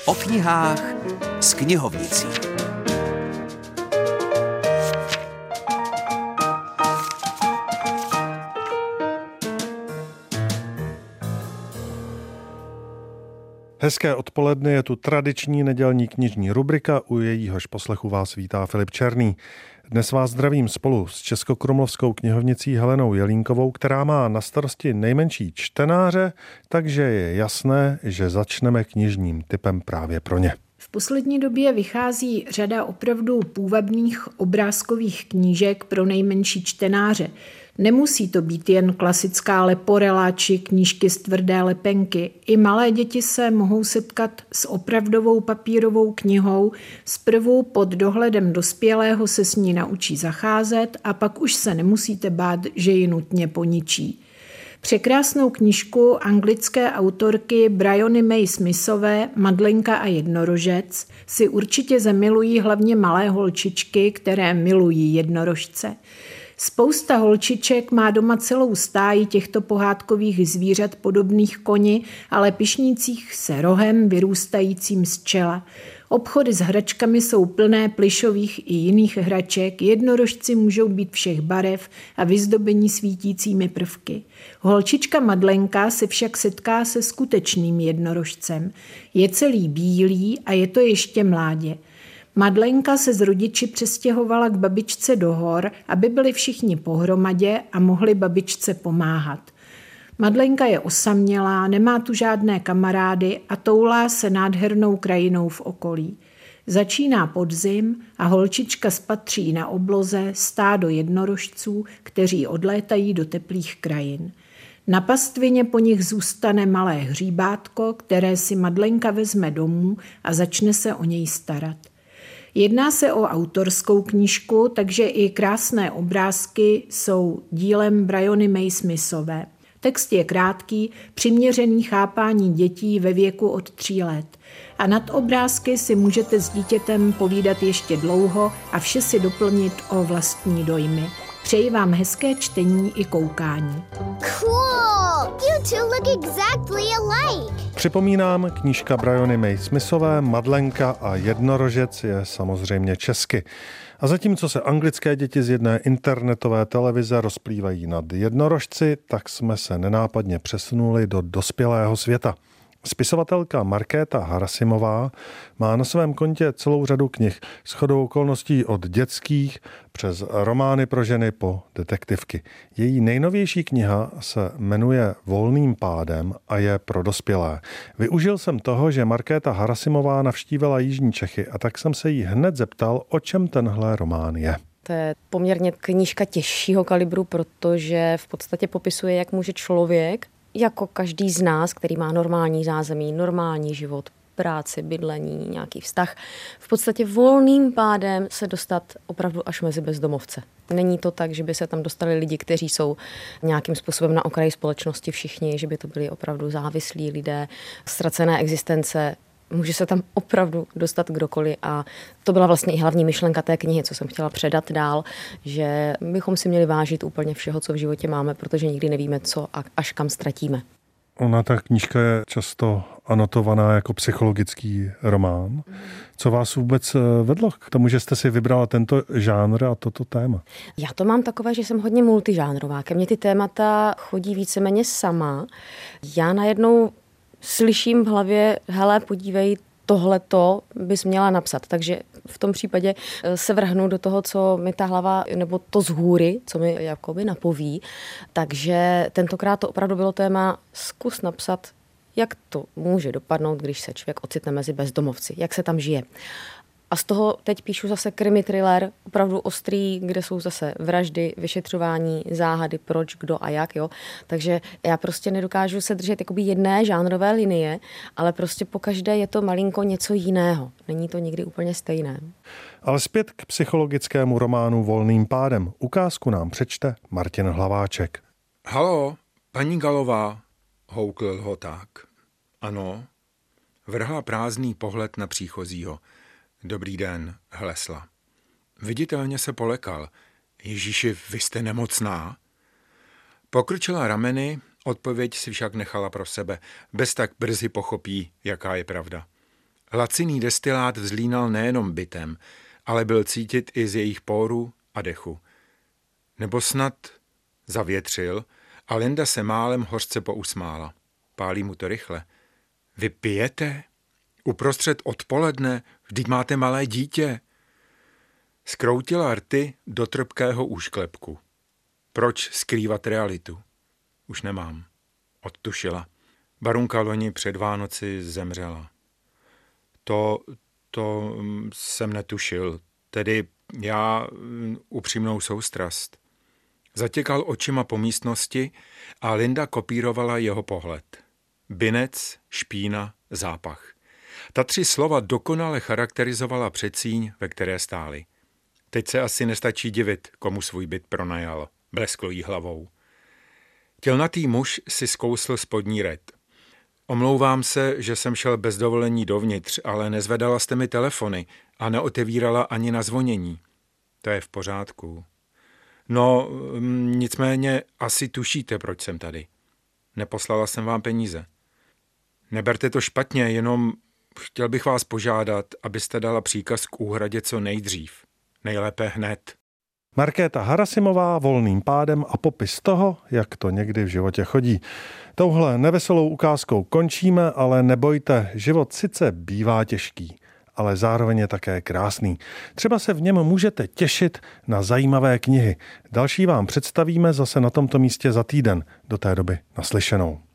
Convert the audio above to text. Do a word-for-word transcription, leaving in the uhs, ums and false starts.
O knihách s knihovnicí. Hezké odpoledne, je tu tradiční nedělní knižní rubrika, u jejíhož poslechu vás vítá Filip Černý. Dnes vás zdravím spolu s Českokrumlovskou knihovnicí Helenou Jelínkovou, která má na starosti nejmenší čtenáře, takže je jasné, že začneme knižním tipem právě pro ně. V poslední době vychází řada opravdu půvabných obrázkových knížek pro nejmenší čtenáře. Nemusí to být jen klasická leporela či knížky z tvrdé lepenky. I malé děti se mohou setkat s opravdovou papírovou knihou. Zprvu pod dohledem dospělého se s ní naučí zacházet a pak už se nemusíte bát, že ji nutně poničí. Překrásnou knížku anglické autorky Bryony May Smithové Madlenka a jednorožec si určitě zamilují hlavně malé holčičky, které milují jednorožce. Spousta holčiček má doma celou stáji těchto pohádkových zvířat podobných koni, ale pyšnících se rohem vyrůstajícím z čela. Obchody s hračkami jsou plné plyšových i jiných hraček, jednorožci můžou být všech barev a vyzdobení svítícími prvky. Holčička Madlenka se však setká se skutečným jednorožcem. Je celý bílý a je to ještě mládě. Madlenka se s rodiči přestěhovala k babičce do hor, aby byli všichni pohromadě a mohli babičce pomáhat. Madlenka je osamělá, nemá tu žádné kamarády a toulá se nádhernou krajinou v okolí. Začíná podzim a holčička spatří na obloze stádo jednorožců, kteří odlétají do teplých krajin. Na pastvině po nich zůstane malé hříbátko, které si Madlenka vezme domů a začne se o něj starat. Jedná se o autorskou knížku, takže i krásné obrázky jsou dílem Bryony May Smithové. Text je krátký, přiměřený chápání dětí ve věku od tří let. A nad obrázky si můžete s dítětem povídat ještě dlouho a vše si doplnit o vlastní dojmy. Přeji vám hezké čtení i koukání. Cool! You two look exactly alike. Připomínám, knížka Bryony May Smithové Madlenka a jednorožec je samozřejmě česky. A zatímco se anglické děti z jedné internetové televize rozplývají nad jednorožci, tak jsme se nenápadně přesunuli do dospělého světa. Spisovatelka Markéta Harasimová má na svém kontě celou řadu knih, shodou okolností od dětských přes romány pro ženy po detektivky. Její nejnovější kniha se jmenuje Volným pádem a je pro dospělé. Využil jsem toho, že Markéta Harasimová navštívila Jižní Čechy a tak jsem se jí hned zeptal, o čem tenhle román je. To je poměrně knížka těžšího kalibru, protože v podstatě popisuje, jak může člověk, jako každý z nás, který má normální zázemí, normální život, práci, bydlení, nějaký vztah, v podstatě volným pádem se dostat opravdu až mezi bezdomovce. Není to tak, že by se tam dostali lidi, kteří jsou nějakým způsobem na okraji společnosti všichni, že by to byli opravdu závislí lidé, ztracené existence. Může se tam opravdu dostat kdokoliv a to byla vlastně i hlavní myšlenka té knihy, co jsem chtěla předat dál, že bychom si měli vážit úplně všeho, co v životě máme, protože nikdy nevíme, co a až kam ztratíme. Ona, ta knížka je často anotovaná jako psychologický román. Co vás vůbec vedlo k tomu, že jste si vybrala tento žánr a toto téma? Já to mám takové, že jsem hodně multižánrová. Ke mně ty témata chodí víceméně sama. Já najednou slyším v hlavě, hele, podívej, tohleto bys měla napsat. Takže v tom případě se vrhnu do toho, co mi ta hlava, nebo to z hůry, co mi jakoby napoví. Takže tentokrát to opravdu bylo téma zkus napsat, jak to může dopadnout, když se člověk ocitne mezi bezdomovci, jak se tam žije. A z toho teď píšu zase krimi thriller, opravdu ostrý, kde jsou zase vraždy, vyšetřování, záhady, proč, kdo a jak. Jo. Takže já prostě nedokážu se držet jakoby jedné žánrové linie, ale prostě pokaždé je to malinko něco jiného. Není to nikdy úplně stejné. Ale zpět k psychologickému románu Volným pádem. Ukázku nám přečte Martin Hlaváček. Haló, paní Galová, houkl lhoták. Ano, vrhla prázdný pohled na příchozího. Dobrý den, hlesla. Viditelně se polekal. Ježíši, vy jste nemocná? Pokrčila rameny, odpověď si však nechala pro sebe. Bez tak brzy pochopí, jaká je pravda. Laciný destilát vzlínal nejenom bytem, ale byl cítit i z jejich pórů a dechu. Nebo snad zavětřil a Linda se málem hořce pousmála. Pálí mu to rychle. Vy pijete? Uprostřed odpoledne? Vždyť máte malé dítě. Skroutila rty do trpkého úšklepku. Proč skrývat realitu? Už nemám. Odtušila. Barunka loni před Vánoci zemřela. To, to jsem netušil. Tedy já upřímnou soustrast. Zatěkal očima po místnosti a Linda kopírovala jeho pohled. Binec, špína, zápach. Ta tři slova dokonale charakterizovala předsíň, ve které stáli. Teď se asi nestačí divit, komu svůj byt pronajal. Bleskl jí hlavou. Tělnatý muž si zkousl spodní red. Omlouvám se, že jsem šel bez dovolení dovnitř, ale nezvedala jste mi telefony a neotevírala ani na zvonění. To je v pořádku. No, nicméně asi tušíte, proč jsem tady. Neposlala jsem vám peníze. Neberte to špatně, jenom chtěl bych vás požádat, abyste dala příkaz k úhradě co nejdřív. Nejlépe hned. Markéta Harasimová volným pádem a popis toho, jak to někdy v životě chodí. Touhle neveselou ukázkou končíme, ale nebojte, život sice bývá těžký, ale zároveň je také krásný. Třeba se v něm můžete těšit na zajímavé knihy. Další vám představíme zase na tomto místě za týden. Do té doby naslyšenou.